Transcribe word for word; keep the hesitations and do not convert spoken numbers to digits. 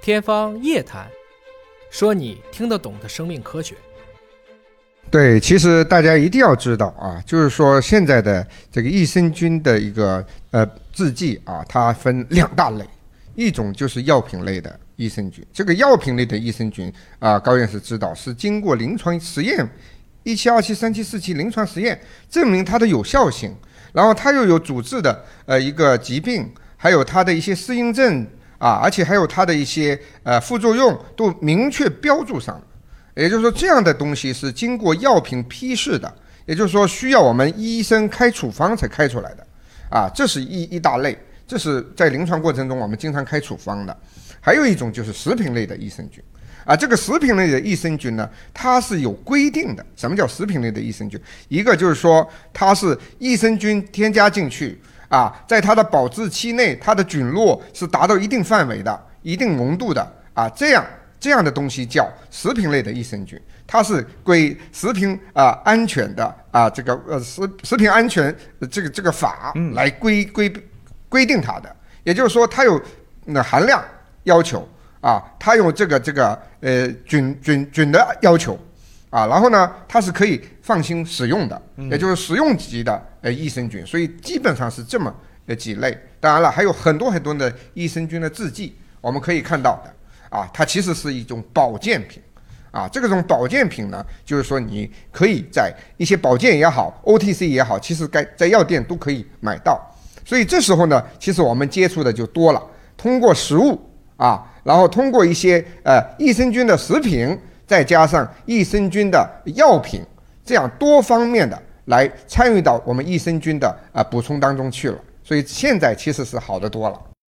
天方夜谭，说你听得懂的生命科学。 对，其实大家一定要知道啊，就是说现在的这个益生菌的一个呃制剂啊，它分两大类，一种就是药品类的益生菌。这个药品类的益生菌啊，高院士知道是经过临床实验，一期、二期、三期、四期临床实验证明它的有效性，然后它又有主治的呃一个疾病，还有它的一些适应症啊，而且还有它的一些呃副作用都明确标注上了。也就是说，这样的东西是经过药品批示的，也就是说需要我们医生开处方才开出来的啊，这是一一大类，这是在临床过程中我们经常开处方的。还有一种就是食品类的益生菌啊，这个食品类的益生菌呢，它是有规定的。什么叫食品类的益生菌？一个就是说它是益生菌添加进去啊，在它的保质期内，它的菌落是达到一定范围的、一定浓度的啊，这样这样的东西叫食品类的益生菌，它是归食品啊、呃、安全的啊这个呃食食品安全这个这个法来规规规定它的，也就是说它有那含量要求啊，它有这个这个呃菌菌菌的要求啊，然后呢它是可以放心使用的，也就是食用级的呃益生菌，所以基本上是这么呃几类。当然了，还有很多很多的益生菌的制剂，我们可以看到的。啊，它其实是一种保健品，啊，这种保健品呢，就是说你可以在一些保健也好 ，O T C 也好，其实该在药店都可以买到。所以这时候呢，其实我们接触的就多了，通过食物啊，然后通过一些呃益生菌的食品，再加上益生菌的药品，这样多方面的来参与到我们益生菌的啊、呃、补充当中去了。所以现在其实是好得多了。